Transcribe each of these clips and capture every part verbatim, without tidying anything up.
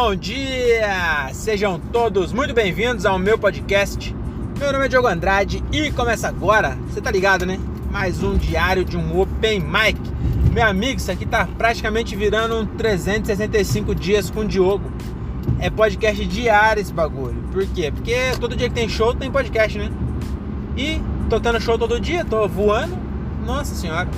bom dia! Sejam todos muito bem-vindos ao meu podcast. Meu nome é Diogo Andrade e começa agora, você tá ligado, né? Mais um diário de um Open Mic. Meu amigo, isso aqui tá praticamente virando um trezentos e sessenta e cinco dias com o Diogo. É podcast diário esse bagulho. Por quê? Porque todo dia que tem show tem podcast, né? E tô tendo show todo dia, tô voando. Nossa senhora.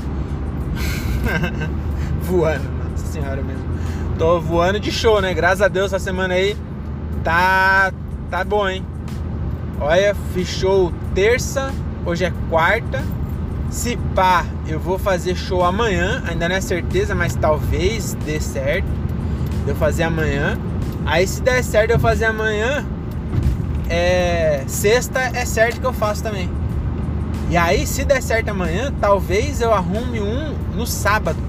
Voando, nossa senhora mesmo. Tô voando de show, né? Graças a Deus essa semana aí tá, tá bom, hein? Olha, fiz show terça, hoje é quarta. Se pá, eu vou fazer show amanhã. Ainda não é certeza, mas talvez dê certo de eu fazer amanhã. Aí se der certo de eu fazer amanhã, é... sexta é certo que eu faço também. E aí se der certo amanhã, talvez eu arrume um no sábado.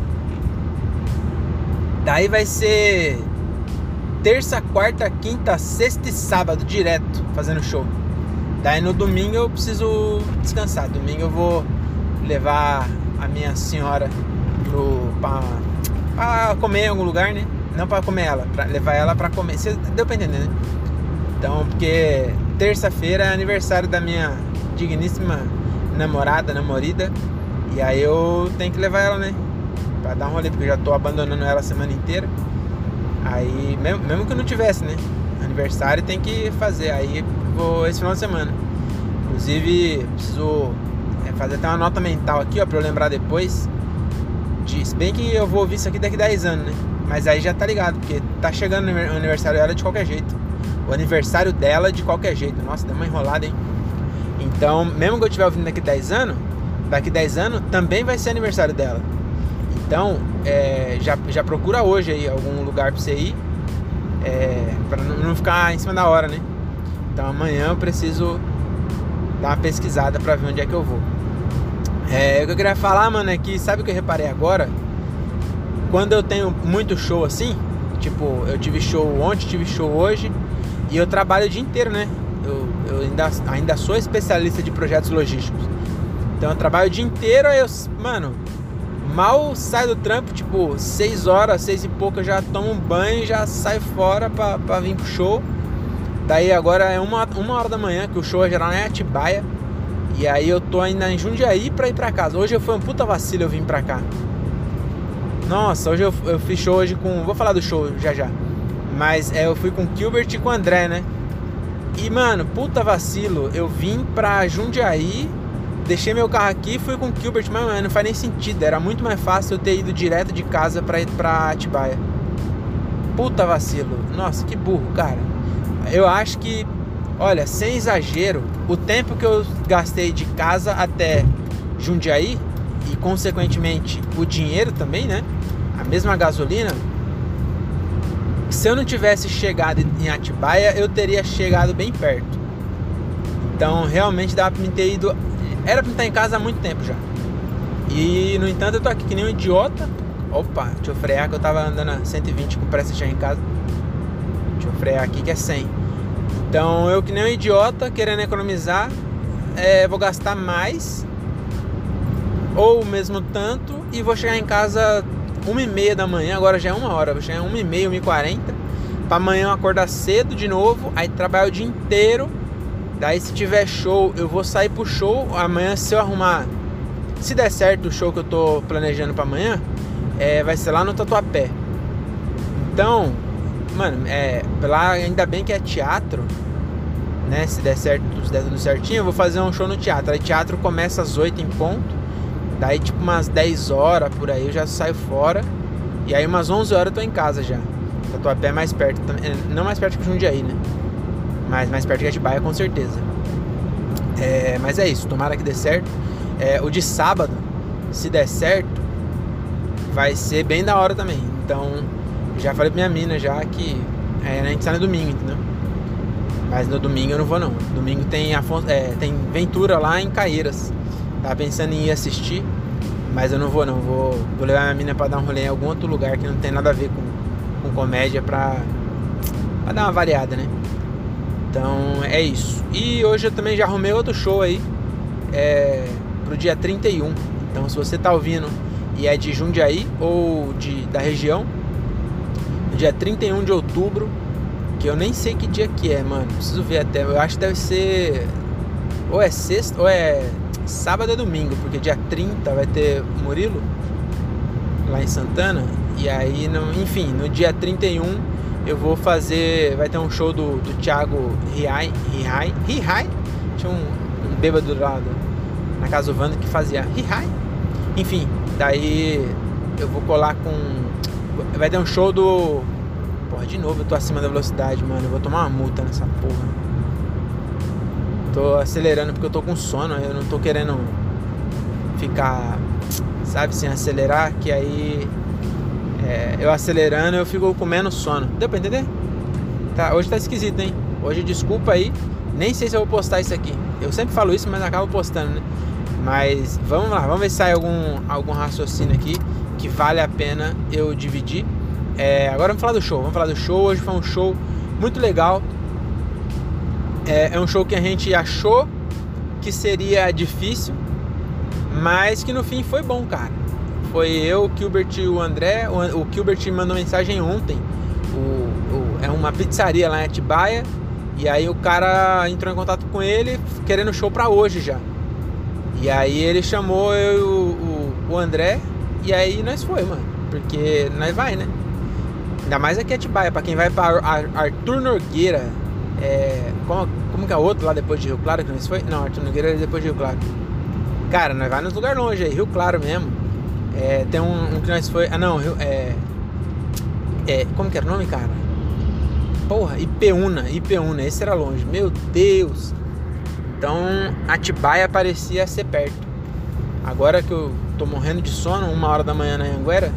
Daí vai ser terça, quarta, quinta, sexta e sábado direto fazendo show. Daí no domingo eu preciso descansar. Domingo eu vou levar a minha senhora pro, pra, pra comer em algum lugar, né? Não pra comer ela, pra levar ela pra comer. Você deu pra entender, né? Então, porque terça-feira é aniversário da minha digníssima namorada, namorida. E aí eu tenho que levar ela, né? Pra dar um rolê, porque eu já tô abandonando ela a semana inteira. Aí, mesmo, mesmo que eu não tivesse, né? Aniversário tem que fazer. Aí vou esse final de semana. Inclusive, preciso é, fazer até uma nota mental aqui, ó, pra eu lembrar depois. De, se bem que eu vou ouvir isso aqui daqui a dez anos, né? Mas aí já tá ligado, porque tá chegando o aniversário dela de qualquer jeito. O aniversário dela de qualquer jeito. Nossa, deu uma enrolada, hein? Então, mesmo que eu estiver ouvindo daqui a dez anos, daqui a dez anos também vai ser aniversário dela. Então, é, já, já procura hoje aí algum lugar pra você ir, é, pra não ficar em cima da hora, né? Então amanhã eu preciso dar uma pesquisada pra ver onde é que eu vou. É, o que eu queria falar, mano, é que sabe o que eu reparei agora? Quando eu tenho muito show assim, tipo, eu tive show ontem, tive show hoje, e eu trabalho o dia inteiro, né? Eu, eu ainda, ainda sou especialista de projetos logísticos. Então eu trabalho o dia inteiro, aí eu, mano, mal saio do trampo, tipo, seis horas, seis e pouco, eu já tomo um banho e já saio fora pra, pra vir pro show. Daí agora é uma, uma hora da manhã, que o show é geral em Atibaia. E aí eu tô ainda em Jundiaí pra ir pra casa. Hoje foi um puta vacilo eu vim pra cá. Nossa, hoje eu, eu fiz show hoje com... Vou falar do show já já. Mas é, eu fui com o Gilbert e com o André, né? E mano, puta vacilo, eu vim pra Jundiaí, deixei meu carro aqui e fui com o Gilbert, mas mano, não faz nem sentido. Era muito mais fácil eu ter ido direto de casa pra ir pra Atibaia. Puta vacilo. Nossa, que burro, cara. Eu acho que, olha, sem exagero, o tempo que eu gastei de casa até Jundiaí, e consequentemente o dinheiro também, né? A mesma gasolina. Se eu não tivesse chegado em Atibaia, eu teria chegado bem perto. Então realmente dava pra me ter ido. Era pra me estar em casa há muito tempo já. E no entanto eu tô aqui que nem um idiota. Opa, deixa eu frear que eu tava andando a cento e vinte com pressa de chegar em casa. Deixa eu frear aqui que é cem. Então eu que nem um idiota querendo economizar, é, vou gastar mais ou o mesmo tanto e vou chegar em casa uma e meia da manhã. Agora já é uma hora, vou chegar uma e meia, uma e quarenta, pra amanhã eu acordar cedo de novo, aí trabalhar o dia inteiro. Daí se tiver show, eu vou sair pro show. Amanhã se eu arrumar, se der certo o show que eu tô planejando pra amanhã, é, vai ser lá no Tatuapé. Então, mano, é, lá ainda bem que é teatro, né? Se der certo, se der tudo certinho, eu vou fazer um show no teatro. Aí teatro começa às oito em ponto. Daí tipo umas dez horas por aí eu já saio fora. E aí umas onze horas eu tô em casa já. Tatuapé é mais perto, não mais perto que Jundiaí, né? Mas mais perto que Atibaia com certeza. É, mas é isso, tomara que dê certo. É, o de sábado, se der certo, vai ser bem da hora também. Então, já falei pra minha mina já que é, a gente sai no domingo, entendeu? Mas no domingo eu não vou não. Domingo tem, Afonso, é, tem Ventura lá em Caieiras. Tava pensando em ir assistir, mas eu não vou não. Vou, vou levar minha mina pra dar um rolê em algum outro lugar que não tem nada a ver com, com comédia pra, pra dar uma variada, né? Então é isso. E hoje eu também já arrumei outro show aí, é, pro dia trinta e um. Então se você tá ouvindo e é de Jundiaí ou de, da região, no dia trinta e um de outubro Que eu nem sei que dia que é, mano. Preciso ver até. Eu acho que deve ser... Ou é sexta, ou é sábado ou domingo. Porque dia trinta vai ter o Murilo, lá em Santana. E aí, no, enfim, no dia trinta e um eu vou fazer... Vai ter um show do, do Thiago Riai. Riai? Riai? Tinha um, um bêbado lá do, na casa do Wanda que fazia Riai. Enfim, daí eu vou colar com... Vai ter um show do... Porra, de novo eu tô acima da velocidade, mano. Eu vou tomar uma multa nessa porra. Tô acelerando porque eu tô com sono. Eu não tô querendo ficar, sabe, sem acelerar. Que aí é, eu acelerando eu fico com menos sono. Deu pra entender? Tá, hoje tá esquisito, hein? Hoje, desculpa aí. Nem sei se eu vou postar isso aqui. Eu sempre falo isso, mas acabo postando, né? Mas vamos lá, vamos ver se sai algum, algum raciocínio aqui que vale a pena eu dividir. É, agora vamos falar do show. Vamos falar do show. Hoje foi um show muito legal. É, é um show que a gente achou que seria difícil, mas que no fim foi bom, cara. Foi eu, o Gilbert e o André. O, o Gilbert mandou mensagem ontem. O, o, é uma pizzaria lá em Atibaia. E aí o cara entrou em contato com ele querendo show pra hoje já. E aí ele chamou eu e o, o, o André. E aí nós foi, mano. Porque nós vai, né? Ainda mais aqui em Atibaia. Pra quem vai pra Arthur Nogueira. É, como, como que é outro lá depois de Rio Claro que nós foi? Não, Arthur Nogueira é depois de Rio Claro. Cara, nós vai nos lugares longe aí. Rio Claro mesmo. É, tem um, um que nós foi... Ah, não. Rio, é, é, como que era o nome, cara? Porra, Ipeúna. Ipeúna. Esse era longe. Meu Deus. Então, Atibaia parecia ser perto. Agora que eu tô morrendo de sono, uma hora da manhã na Anhanguera,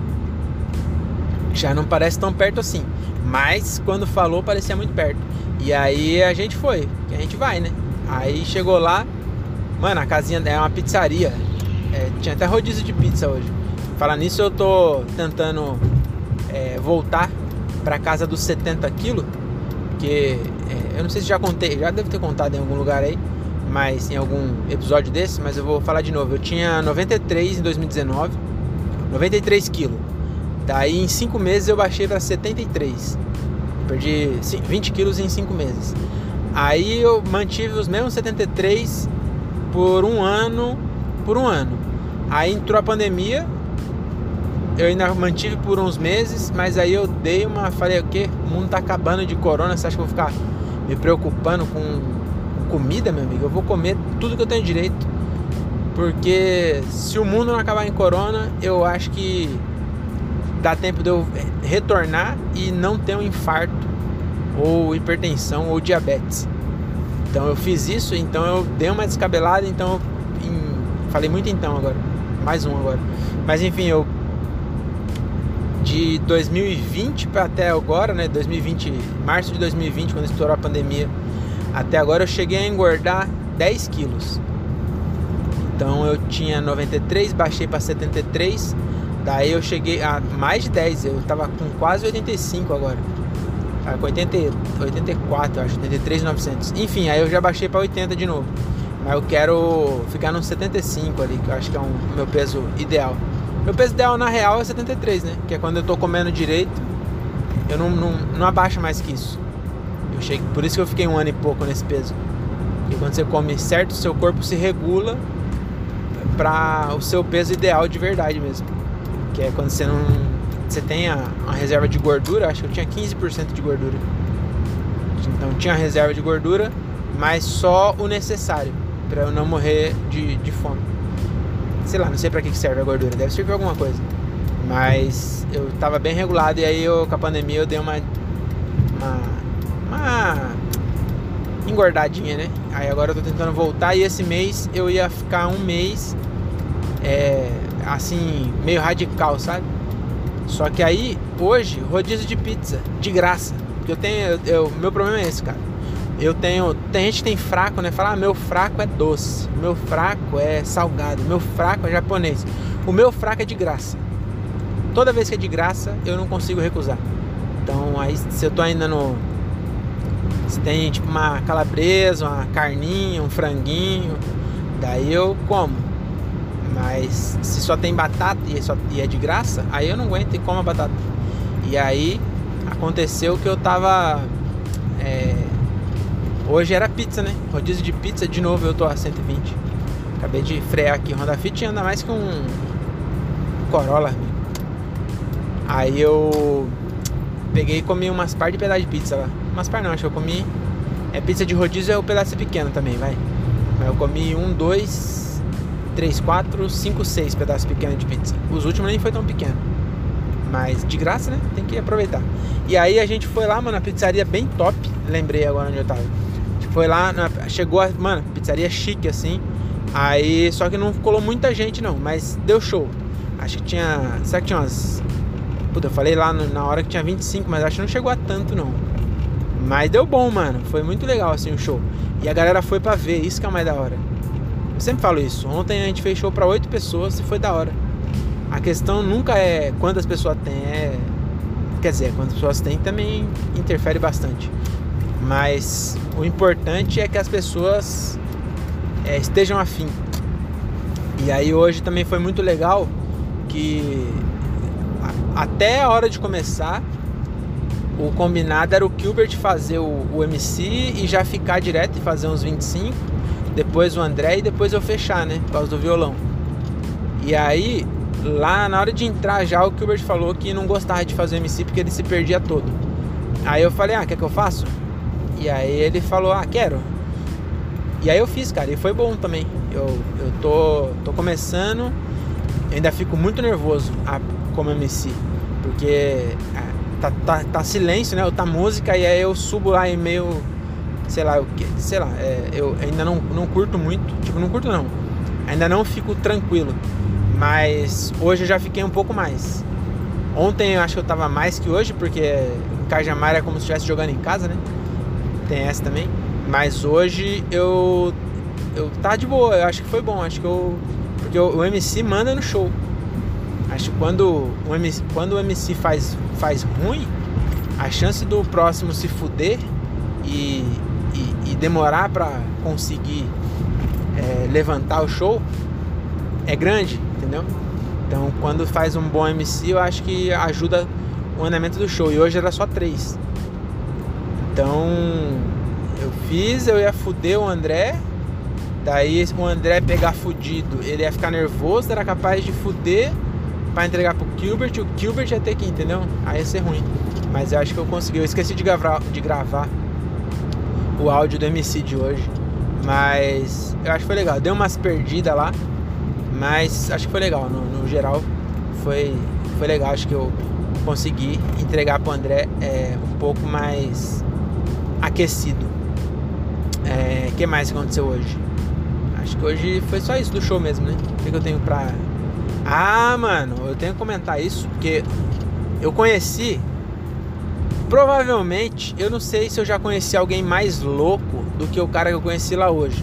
já não parece tão perto assim. Mas quando falou, parecia muito perto. E aí a gente foi, que a gente vai, né? Aí chegou lá, mano, a casinha é uma pizzaria. É, tinha até rodízio de pizza hoje. Falar nisso, eu tô tentando é, voltar pra casa dos setenta quilos. Porque é, eu não sei se já contei, já devo ter contado em algum lugar aí, mas em algum episódio desse, mas eu vou falar de novo. Eu tinha noventa e três em dois mil e dezenove, noventa e três quilos. Daí em cinco meses eu baixei para setenta e três. Perdi vinte quilos em cinco meses. Aí eu mantive os mesmos setenta e três por um ano. Por um ano. Aí entrou a pandemia. Eu ainda mantive por uns meses. Mas aí eu dei uma... Falei, o quê? O mundo tá acabando de corona. Você acha que eu vou ficar me preocupando com comida, meu amigo? Eu vou comer tudo que eu tenho direito. Porque se o mundo não acabar em corona, eu acho que dá tempo de eu retornar e não ter um infarto, ou hipertensão, ou diabetes. Então eu fiz isso, então eu dei uma descabelada, então eu em, falei muito então agora, mais um agora. Mas enfim, eu de dois mil e vinte para até agora, né, dois mil e vinte, março de dois mil e vinte, quando estourou a pandemia, até agora eu cheguei a engordar dez quilos. Então eu tinha noventa e três, baixei para setenta e três. Daí eu cheguei a mais de dez, eu tava com quase oitenta e cinco agora. Tava com oitenta, oitenta e quatro, eu acho, oitenta e três mil e novecentos. Enfim, aí eu já baixei pra oitenta de novo. Mas eu quero ficar nos setenta e cinco ali, que eu acho que é o um, meu peso ideal. Meu peso ideal na real é setenta e três, né? Que é quando eu tô comendo direito, eu não, não, não abaixo mais que isso. Eu cheguei, por isso que eu fiquei um ano e pouco nesse peso. Porque quando você come certo, o seu corpo se regula pra o seu peso ideal de verdade mesmo. Que é quando você não... Você tem a, a reserva de gordura. Acho que eu tinha quinze por cento de gordura. Então tinha a reserva de gordura, mas só o necessário pra eu não morrer de, de fome. Sei lá, não sei pra que serve a gordura. Deve servir pra alguma coisa. Mas eu tava bem regulado. E aí eu, com a pandemia, eu dei uma Uma, uma engordadinha, né? Aí agora eu tô tentando voltar. E esse mês eu ia ficar um mês é, assim, meio radical, sabe? Só que aí, hoje, rodízio de pizza, de graça. Porque eu tenho, eu, eu, meu problema é esse, cara. Eu tenho, tem gente que tem fraco, né? Fala, ah, meu fraco é doce, meu fraco é salgado, meu fraco é japonês. O meu fraco é de graça. Toda vez que é de graça, eu não consigo recusar. Então, aí, se eu tô ainda no... Se tem, tipo, uma calabresa, uma carninha, um franguinho, daí eu como. Mas se só tem batata e, só, e é de graça, aí eu não aguento e como a batata. E aí aconteceu que eu tava É... Hoje era pizza, né? Rodízio de pizza, de novo eu tô a cento e vinte. Acabei de frear aqui. Honda Fit anda mais que um Corolla, amigo. Aí eu peguei e comi umas par de pedaços de pizza lá. Umas par não, acho que eu comi. É pizza de rodízio, é o pedaço pequeno também, vai. Mas eu comi um, dois, três, quatro, cinco, seis pedaços pequenos de pizza. Os últimos nem foi tão pequeno. Mas de graça, né? Tem que aproveitar. E aí a gente foi lá, mano, na pizzaria bem top. Lembrei agora onde eu tava. A gente foi lá, na... chegou a... Mano, pizzaria chique assim. Aí, só que não colou muita gente não, mas deu show. Acho que tinha... Será que tinha umas... Puta, eu falei lá no... na hora que tinha vinte e cinco, mas acho que não chegou a tanto não. Mas deu bom, mano. Foi muito legal assim o show. E a galera foi pra ver, isso que é o mais da hora. Eu sempre falo isso. Ontem a gente fez show pra oito pessoas e foi da hora. A questão nunca é quantas pessoas tem, é... Quer dizer, quantas pessoas tem também interfere bastante. Mas o importante é que as pessoas é, estejam afim. E aí hoje também foi muito legal que a, até a hora de começar, o combinado era o Gilbert fazer o, o M C e já ficar direto e fazer uns vinte e cinco. Depois o André e depois eu fechar, né? Por causa do violão. E aí... Lá na hora de entrar já o Gilbert falou que não gostava de fazer M C porque ele se perdia todo. Aí eu falei, ah, quer que eu faça? E aí ele falou, ah, quero. E aí eu fiz, cara, e foi bom também. Eu, eu tô, tô começando, ainda fico muito nervoso a, como M C. Porque tá, tá, tá silêncio, né? Tá música e aí eu subo lá e meio, sei lá, o que, sei lá, é, eu ainda não, não curto muito. Tipo, não curto não. Ainda não fico tranquilo. Mas hoje eu já fiquei um pouco mais. Ontem eu acho que eu tava mais que hoje, porque em Cajamar é como se estivesse jogando em casa, né? Tem essa também. Mas hoje eu eu tá de boa, eu acho que foi bom. Acho que eu... Porque o M C manda no show. Acho que quando o M C, quando o M C faz, faz ruim, a chance do próximo se fuder e, e, e demorar pra conseguir é, levantar o show é grande, entendeu? Então quando faz um bom M C eu acho que ajuda o andamento do show. E hoje era só três. Então eu fiz, eu ia fuder o André. Daí o André pegar fudido, ele ia ficar nervoso, era capaz de fuder pra entregar pro Gilbert. O Gilbert ia ter que, entendeu? Aí ia ser ruim. Mas eu acho que eu consegui. Eu esqueci de gravar, de gravar o áudio do M C de hoje. Mas eu acho que foi legal. Deu umas perdidas lá, mas acho que foi legal. No, no geral foi, foi legal. Acho que eu consegui entregar pro André é, um pouco mais aquecido. O é, que mais aconteceu hoje? Acho que hoje foi só isso do show mesmo, né? O que, que eu tenho pra... Ah, mano, eu tenho que comentar isso porque eu conheci... Provavelmente, eu não sei se eu já conheci alguém mais louco do que o cara que eu conheci lá hoje.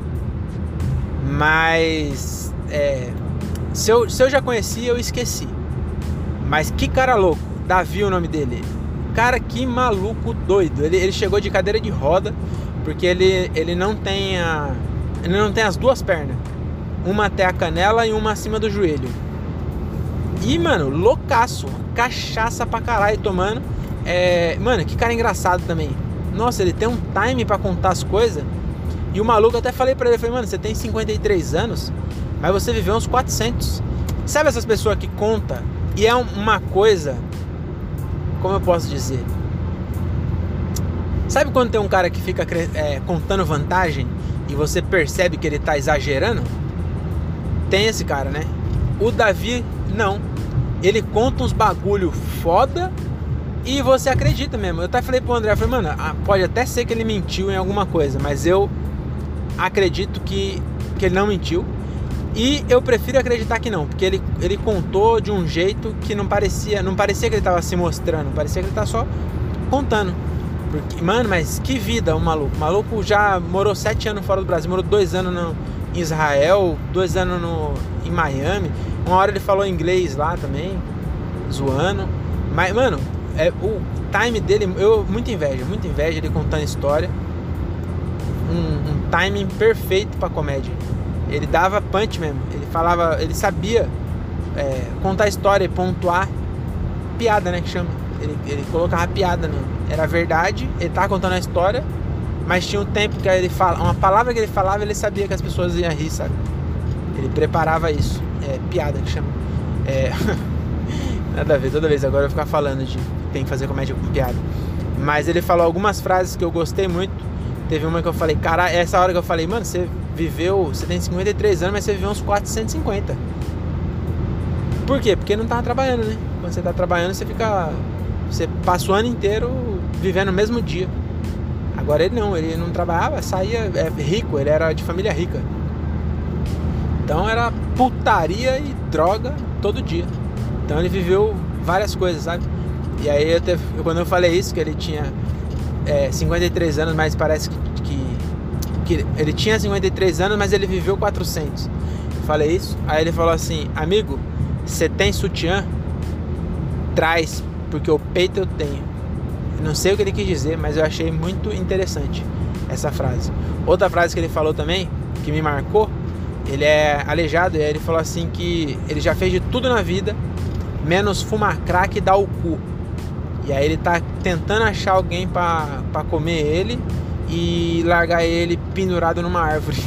Mas... É, se, eu, se eu já conheci, eu esqueci. Mas que cara louco. Davi, o nome dele. Cara, que maluco doido. Ele, ele chegou de cadeira de roda porque ele, ele não tem a... Ele não tem as duas pernas. Uma até a canela e uma acima do joelho. E, mano, loucaço. Cachaça pra caralho tomando. É... Mano, que cara engraçado também. Nossa, ele tem um time pra contar as coisas. E o maluco, eu até falei pra ele, eu falei, mano, você tem cinquenta e três anos, mas você viveu uns quatrocentos. Sabe essas pessoas que contam? E é uma coisa... Como eu posso dizer? Sabe quando tem um cara que fica é, contando vantagem e você percebe que ele tá exagerando? Tem esse cara, né? O Davi, não. Ele conta uns bagulho foda e você acredita mesmo. Eu até falei pro André, eu falei, mano, pode até ser que ele mentiu em alguma coisa, mas eu acredito que, que ele não mentiu. E eu prefiro acreditar que não, porque ele, ele contou de um jeito que não parecia, não parecia que ele tava se mostrando, parecia que ele tá só contando. Porque, mano, mas que vida o maluco. O maluco já morou sete anos fora do Brasil, morou dois anos no, em Israel, dois anos no, em Miami. Uma hora ele falou inglês lá também, zoando. Mas, mano, é, o time dele, eu muita inveja, muita inveja ele contando história. Um, um timing perfeito pra comédia. Ele dava punch mesmo. Ele falava, ele sabia é, contar história e pontuar. Piada, né, que chama. Ele, ele colocava piada, não. Era verdade, ele tava contando a história, mas tinha um tempo que ele fala, uma palavra que ele falava, ele sabia que as pessoas iam rir, sabe? Ele preparava isso. É piada que chama. É... Nada a ver, toda vez agora eu vou ficar falando de tem que fazer comédia com piada. Mas ele falou algumas frases que eu gostei muito. Teve uma que eu falei, cara, essa hora que eu falei, mano, você viveu, você tem cinquenta e três anos, mas você viveu uns quatrocentos e cinquenta. Por quê? Porque não tava trabalhando, né? Quando você tá trabalhando, você fica... Você passa o ano inteiro vivendo o mesmo dia. Agora ele não, ele não trabalhava, saía é, rico, ele era de família rica. Então era putaria e droga todo dia. Então ele viveu várias coisas, sabe? E aí eu teve, quando eu falei isso, que ele tinha é, cinquenta e três anos, mas parece que, que, que ele tinha cinquenta e três anos, mas ele viveu quatrocentos. Eu falei isso, aí ele falou assim, amigo, você tem sutiã? Traz, porque o peito eu tenho. Eu não sei o que ele quis dizer, mas eu achei muito interessante essa frase. Outra frase que ele falou também, que me marcou, ele é aleijado, e aí ele falou assim que ele já fez de tudo na vida, menos fumar crack e dar o cu. E aí ele tá tentando achar alguém pra, pra comer ele e largar ele pendurado numa árvore.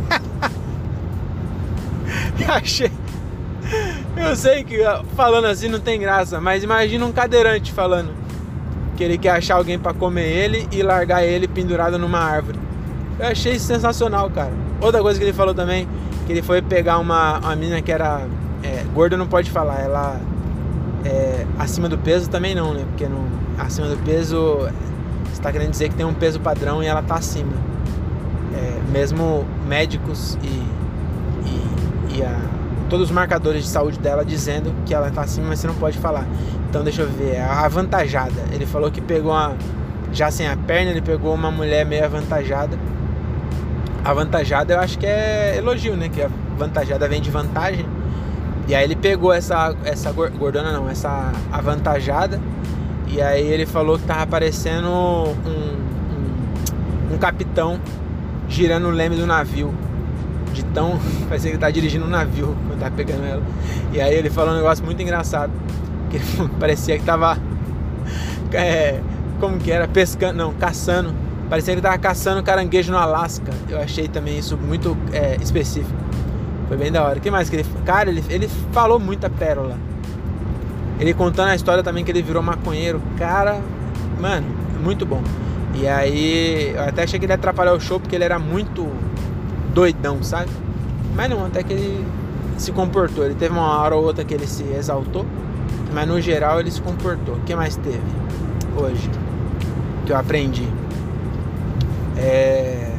Eu achei... Eu sei que falando assim não tem graça, mas imagina um cadeirante falando que ele quer achar alguém pra comer ele e largar ele pendurado numa árvore. Eu achei isso sensacional, cara. Outra coisa que ele falou também, que ele foi pegar uma, uma menina que era... É, gorda não pode falar, ela... É, acima do peso também não, né? Porque não, acima do peso você tá querendo dizer que tem um peso padrão e ela tá acima. É, mesmo médicos e, e, e a, todos os marcadores de saúde dela dizendo que ela tá acima, mas você não pode falar. Então deixa eu ver, a avantajada. Ele falou que pegou uma, já sem a perna, ele pegou uma mulher meio avantajada. Avantajada eu acho que é elogio, né? Que a avantajada vem de vantagem. E aí ele pegou essa, essa gordona não, essa avantajada. E aí ele falou que tava parecendo um, um, um capitão girando o leme do navio. De tão... parecia que ele tá dirigindo um navio quando tava pegando ela. E aí ele falou um negócio muito engraçado. Que parecia que tava... É, como que era? Pescando, não, caçando. Parecia que ele tava caçando caranguejo no Alasca. Eu achei também isso muito é, específico. Foi bem da hora. O que mais que ele... Cara, ele, ele falou muita pérola. Ele contando a história também que ele virou maconheiro. Cara, mano, muito bom. E aí, eu até achei que ele ia atrapalhar o show porque ele era muito doidão, sabe? Mas não, até que ele se comportou. Ele teve uma hora ou outra que ele se exaltou, mas no geral ele se comportou. O que mais teve hoje que eu aprendi? É...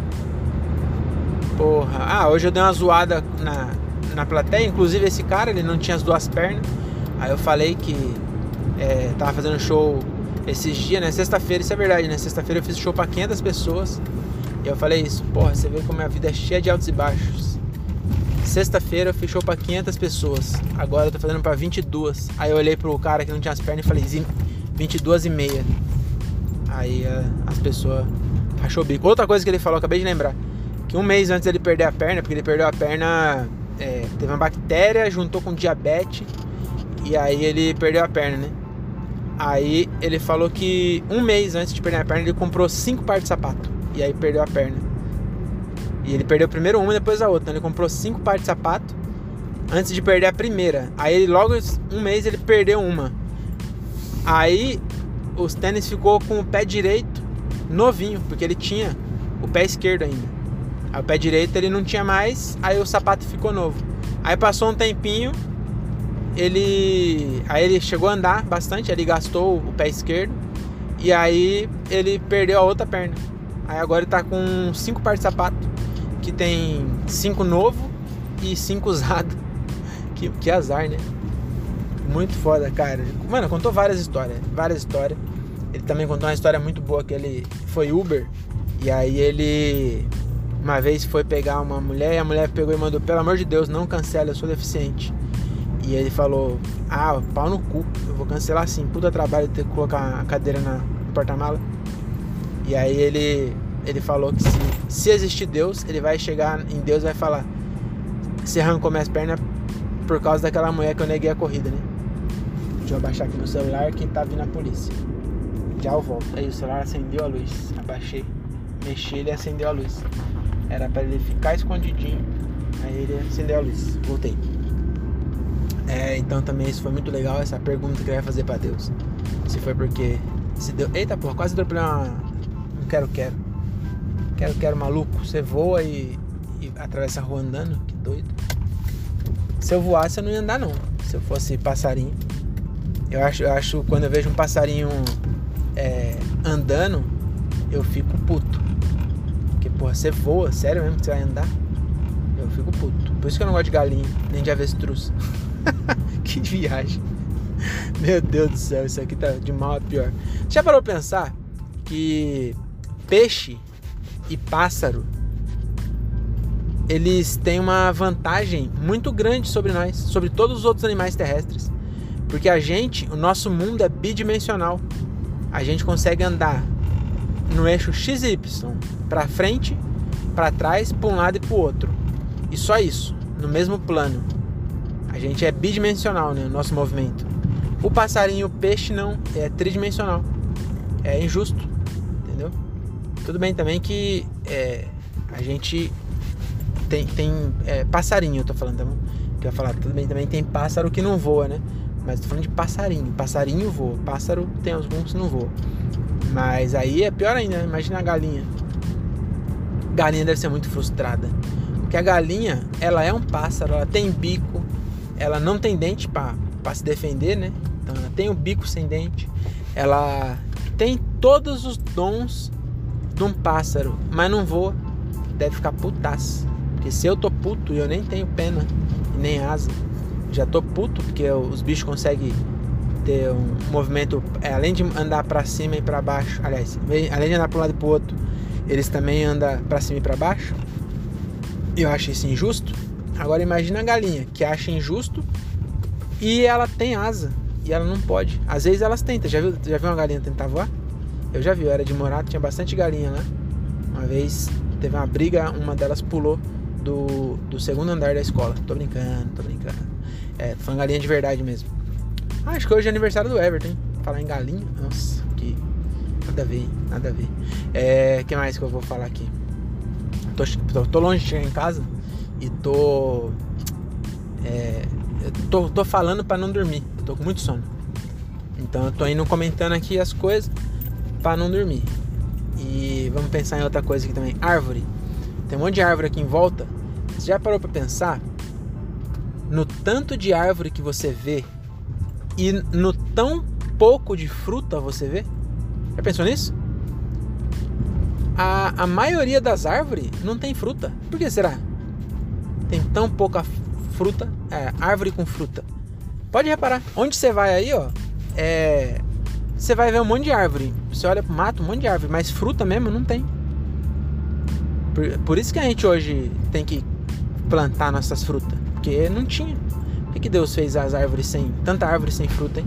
Porra. Ah, hoje eu dei uma zoada na, na plateia. Inclusive esse cara, ele não tinha as duas pernas. Aí eu falei que é, tava fazendo show esses dias, né? Sexta-feira, isso é verdade, né? Sexta-feira eu fiz show pra quinhentas pessoas. E eu falei isso, porra, você vê como a vida é cheia de altos e baixos. Sexta-feira eu fiz show pra quinhentas pessoas. Agora eu tô fazendo pra vinte e duas. Aí eu olhei pro cara que não tinha as pernas e falei, vinte e duas e meia. Aí as pessoas rachou o bico. Outra coisa que ele falou, acabei de lembrar, que um mês antes dele perder a perna, porque ele perdeu a perna, é, teve uma bactéria, juntou com diabetes, e aí ele perdeu a perna, né? Aí ele falou que um mês antes de perder a perna, ele comprou cinco pares de sapato, e aí perdeu a perna. E ele perdeu primeiro uma e depois a outra, então ele comprou cinco pares de sapato antes de perder a primeira. Aí ele, logo um mês ele perdeu uma. Aí os tênis ficou com o pé direito novinho, porque ele tinha o pé esquerdo ainda. Aí o pé direito ele não tinha mais, aí o sapato ficou novo. Aí passou um tempinho, ele aí ele chegou a andar bastante, ele gastou o pé esquerdo e aí ele perdeu a outra perna. Aí agora ele tá com cinco pares de sapato, que tem cinco novo e cinco usado. Que, que azar, né? Muito foda, cara. Mano, contou várias histórias, várias histórias. Ele também contou uma história muito boa, que ele foi Uber e aí ele uma vez foi pegar uma mulher e a mulher pegou e mandou, pelo amor de Deus, não cancela, eu sou deficiente. E ele falou, ah, pau no cu, eu vou cancelar sim, puta trabalho de ter que colocar a cadeira na, no porta-mala. E aí ele, ele falou que se, se existir Deus, ele vai chegar em Deus e vai falar, você arrancou minhas pernas por causa daquela mulher que eu neguei a corrida, né? Deixa eu abaixar aqui meu celular que tá vindo a polícia. Já eu volto. Aí o celular acendeu a luz. Abaixei, mexi, ele acendeu a luz. Era pra ele ficar escondidinho. Aí ele acendeu a luz. Voltei. É, então também isso foi muito legal. Essa pergunta que eu ia fazer pra Deus. Se foi porque... Se Deus... Eita porra, quase atropelei uma... Um quero-quero. Quero-quero maluco. Você voa e... e atravessa a rua andando. Que doido. Se eu voasse eu não ia andar não. Se eu fosse passarinho. Eu acho, eu acho quando eu vejo um passarinho é, andando, eu fico puto. Porque, porra, você voa, sério mesmo que você vai andar? Eu fico puto. Por isso que eu não gosto de galinha, nem de avestruz. Que viagem. Meu Deus do céu, isso aqui tá de mal a pior. Já parou pra pensar que peixe e pássaro, eles têm uma vantagem muito grande sobre nós, sobre todos os outros animais terrestres. Porque a gente, o nosso mundo é bidimensional. A gente consegue andar no eixo X Y, para frente, para trás, para um lado e para o outro. E só isso, no mesmo plano. A gente é bidimensional, né, o nosso movimento. O passarinho e o peixe não, é tridimensional. É injusto, entendeu? Tudo bem também que é, a gente tem, tem é, passarinho, eu tô falando, tá bom? Que eu ia falar, tudo bem também tem pássaro que não voa, né? Mas tô falando de passarinho. Passarinho voa. Pássaro tem alguns que não voam. Mas aí é pior ainda, né? Imagina a galinha. Galinha deve ser muito frustrada. Porque a galinha, ela é um pássaro, ela tem bico, ela não tem dente pra, pra se defender, né? Então ela tem o bico sem dente. Ela tem todos os dons de um pássaro, mas não voa. Deve ficar putaço. Porque se eu tô puto e eu nem tenho pena e nem asa, já tô puto porque os bichos conseguem ter um movimento, é, além de andar pra cima e pra baixo, aliás, além de andar pra um lado e pro outro, eles também andam pra cima e pra baixo. Eu acho isso injusto. Agora imagina a galinha que acha injusto e ela tem asa e ela não pode. Às vezes elas tentam. Já viu, já viu uma galinha tentar voar? Eu já vi, eu era de Morato, tinha bastante galinha lá. Uma vez teve uma briga, uma delas pulou do, do segundo andar da escola. Tô brincando, tô brincando. É, foi uma galinha de verdade mesmo. Ah, acho que hoje é aniversário do Everton, hein? Falar em galinha, nossa, que nada a ver, hein? Nada a ver. É, que mais que eu vou falar aqui? Tô, tô, tô longe de chegar em casa e tô, é, tô, tô falando pra não dormir. Tô com muito sono. Então eu tô indo comentando aqui as coisas pra não dormir. E vamos pensar em outra coisa aqui também. Árvore. Tem um monte de árvore aqui em volta. Você já parou pra pensar no tanto de árvore que você vê e no tão pouco de fruta você vê? Já pensou nisso? A, a maioria das árvores não tem fruta. Por que será? Tem tão pouca fruta, é, árvore com fruta. Pode reparar, onde você vai aí, ó, é, você vai ver um monte de árvore. Você olha pro mato, um monte de árvore, mas fruta mesmo não tem. Por, por isso que a gente hoje tem que plantar nossas frutas, porque não tinha. Por que, que Deus fez as árvores sem, tanta árvore sem fruta, hein?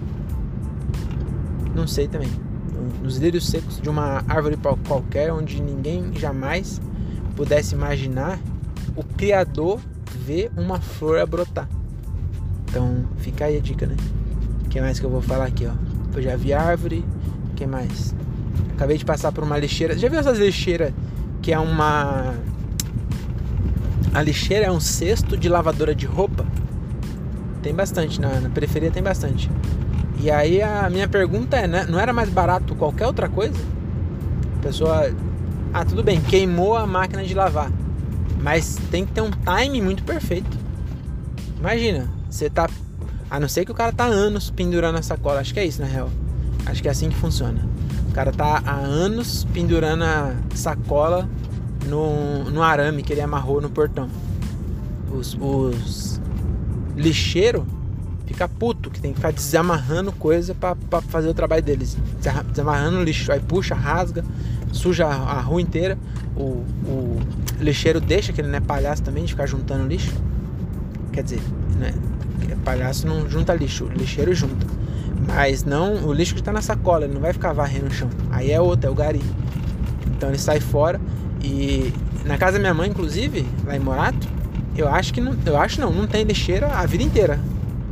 Não sei também. Nos lírios secos de uma árvore qualquer, onde ninguém jamais pudesse imaginar, o Criador vê uma flor a brotar. Então fica aí a dica, né? O que mais que eu vou falar aqui, ó? Eu já vi árvore. O que mais? Acabei de passar por uma lixeira. Já viu essas lixeiras que é uma... A lixeira é um cesto de lavadora de roupa? Tem bastante, na, na periferia tem bastante. E aí a minha pergunta é, né? Não era mais barato qualquer outra coisa? A pessoa... Ah, tudo bem, queimou a máquina de lavar, mas tem que ter um time muito perfeito. Imagina, você tá... A não ser que o cara tá há anos pendurando a sacola. Acho que é isso, na real. Acho que é assim que funciona. O cara tá há anos pendurando a sacola no, no arame que ele amarrou no portão. Os, os lixeiros ficam puto, que tem que ficar desamarrando coisa pra, pra fazer o trabalho deles. Desamarrando o lixo, aí puxa, rasga, suja a, a rua inteira. O, o lixeiro deixa, que ele não é palhaço também, de ficar juntando lixo. Quer dizer, né? Palhaço não junta lixo, o lixeiro junta. Mas não, o lixo que tá na sacola, ele não vai ficar varrendo o chão. Aí é outro, é o gari. Então ele sai fora. E na casa da minha mãe, inclusive, lá em Morato, eu acho que não, eu acho não, não tem lixeira a vida inteira.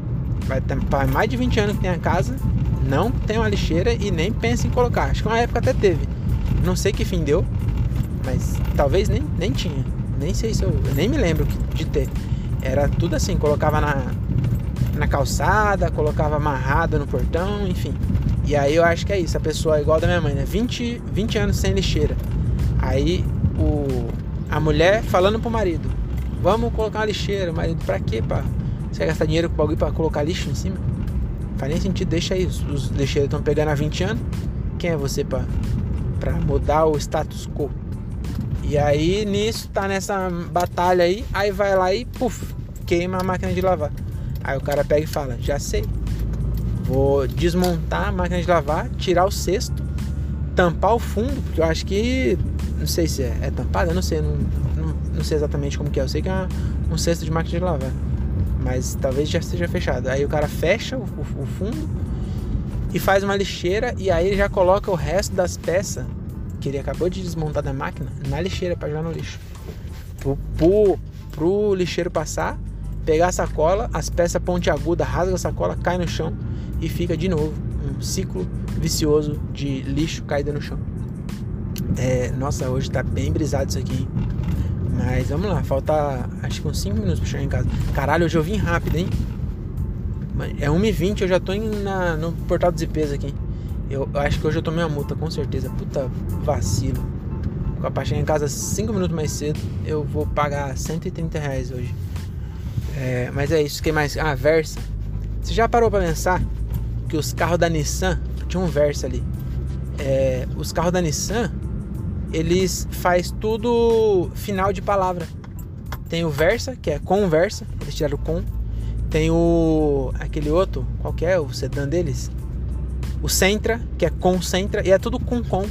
vai ter mais de vinte anos que tem a casa, não tem uma lixeira e nem pensa em colocar. Acho que uma época até teve. Não sei que fim deu, mas talvez nem, nem tinha. Nem sei se eu... eu nem me lembro de ter. Era tudo assim, colocava na, na calçada, colocava amarrado no portão, enfim. E aí eu acho que é isso, a pessoa é igual a da minha mãe, né? vinte, vinte anos sem lixeira. Aí o, a mulher falando pro marido, vamos colocar uma lixeira. O marido, pra quê, pá? Você quer gastar dinheiro com o bagulho pra colocar lixo em cima? Faz nem sentido, deixa aí. Os lixeiros estão pegando há vinte anos. Quem é você pra, pra mudar o status quo? E aí nisso, tá nessa batalha aí, aí vai lá e puf, queima a máquina de lavar. Aí o cara pega e fala, já sei. Vou desmontar a máquina de lavar, tirar o cesto, tampar o fundo, porque eu acho que, não sei se é, é tampado, eu não sei, não, não, não sei exatamente como que é. Eu sei que é uma, um cesto de máquina de lavar, mas talvez já esteja fechado. Aí o cara fecha o, o, o fundo e faz uma lixeira, e aí ele já coloca o resto das peças que ele acabou de desmontar da máquina na lixeira para jogar no lixo. Pro, pro, pro lixeiro passar, pegar a sacola, as peças pontiagudas, rasga a sacola, cai no chão e fica de novo um ciclo vicioso de lixo caído no chão. É, nossa, hoje tá bem brisado isso aqui, hein? Mas vamos lá, falta acho que uns cinco minutos pra chegar em casa. Caralho, hoje eu vim rápido, hein? É uma e vinte, eu já tô indo na, no portal dos I Ps aqui. Eu, eu acho que hoje eu tomei uma multa, com certeza. Puta vacilo. Pra chegar em casa cinco minutos mais cedo, eu vou pagar cento e trinta reais hoje. É, mas é isso, que mais? Ah, Versa. Você já parou pra pensar que os carros da Nissan, tinha um Versa ali, é, os carros da Nissan, eles faz tudo final de palavra. Tem o Versa, que é Conversa, eles tiraram o com. Tem o aquele outro, qual que é o sedã deles? O Sentra, que é Concentra, e é tudo com com.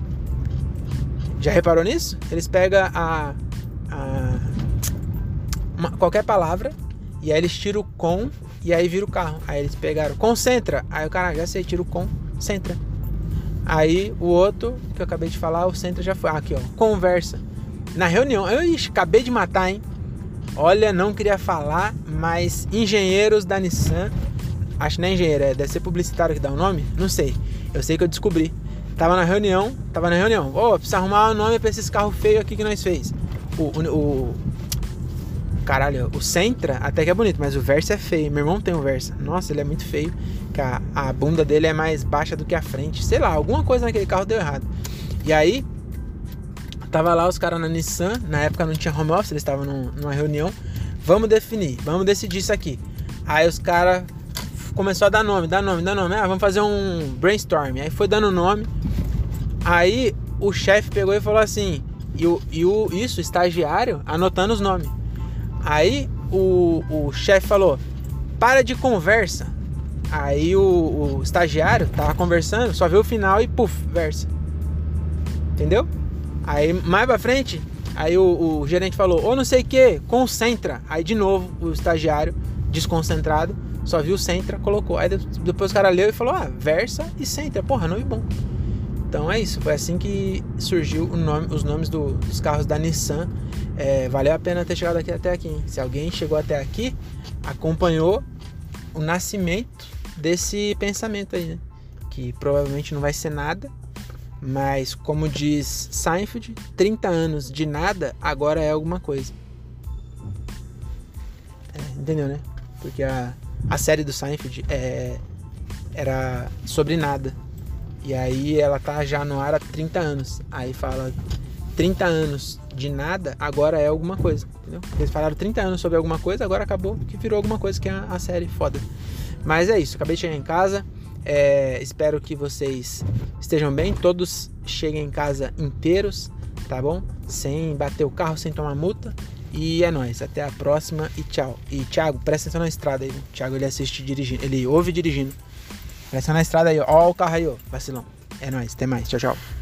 Já reparou nisso? Eles pegam a, a uma, qualquer palavra e aí eles tiram o com e aí vira o carro. Aí eles pegaram Concentra, aí o cara já sei, tira o Concentra. Aí o outro que eu acabei de falar, o Sentra já foi. Aqui, ó, Conversa. Na reunião, eu ixi, acabei de matar, hein? Olha, não queria falar, mas engenheiros da Nissan, acho que não é engenheiro, é, deve ser publicitário que dá o nome, não sei. Eu sei que eu descobri. Tava na reunião, tava na reunião. Ô, oh, precisa arrumar o um nome pra esses carros feios aqui que nós fez. O, o, o caralho, o Sentra até que é bonito, mas o Versa é feio. Meu irmão tem um Versa. Nossa, ele é muito feio. Que a, a bunda dele é mais baixa do que a frente. Sei lá, alguma coisa naquele carro deu errado. E aí, tava lá os caras na Nissan. Na época não tinha home office, eles estavam num, numa reunião. Vamos definir, vamos decidir isso aqui. Aí os caras começou a dar nome, dar nome, dar nome. Ah, vamos fazer um brainstorm. Aí foi dando nome. Aí o chefe pegou e falou assim, e o, e o isso, o estagiário, anotando os nomes. Aí o, o chefe falou, para de conversa. Aí o, o estagiário tava conversando, só viu o final e puf, versa. Entendeu? Aí mais pra frente, aí o, o gerente falou, ou não sei o que, concentra. Aí de novo o estagiário, desconcentrado, só viu o Sentra, colocou. Aí depois o cara leu e falou, ah, Versa e Sentra, porra, nome bom. Então é isso, foi assim que surgiu o nome, os nomes do, dos carros da Nissan. É, valeu a pena ter chegado aqui até aqui, hein? Se alguém chegou até aqui, acompanhou o nascimento desse pensamento aí, né? Que provavelmente não vai ser nada, mas como diz Seinfeld, trinta anos de nada agora é alguma coisa. É, entendeu, né? Porque a, a série do Seinfeld é, era sobre nada. E aí ela tá já no ar há trinta anos. Aí fala trinta anos de nada, agora é alguma coisa, entendeu? Eles falaram trinta anos sobre alguma coisa, agora acabou que virou alguma coisa, que é a série foda. Mas é isso, acabei de chegar em casa. É, espero que vocês estejam bem, todos cheguem em casa inteiros, tá bom? Sem bater o carro, sem tomar multa. E é nóis, até a próxima e tchau. E Thiago, presta atenção na estrada aí. Thiago, ele assiste dirigindo, ele ouve dirigindo. Presta na estrada aí, ó, ó o carro aí, ó, vacilão. É nóis, até mais, tchau, tchau.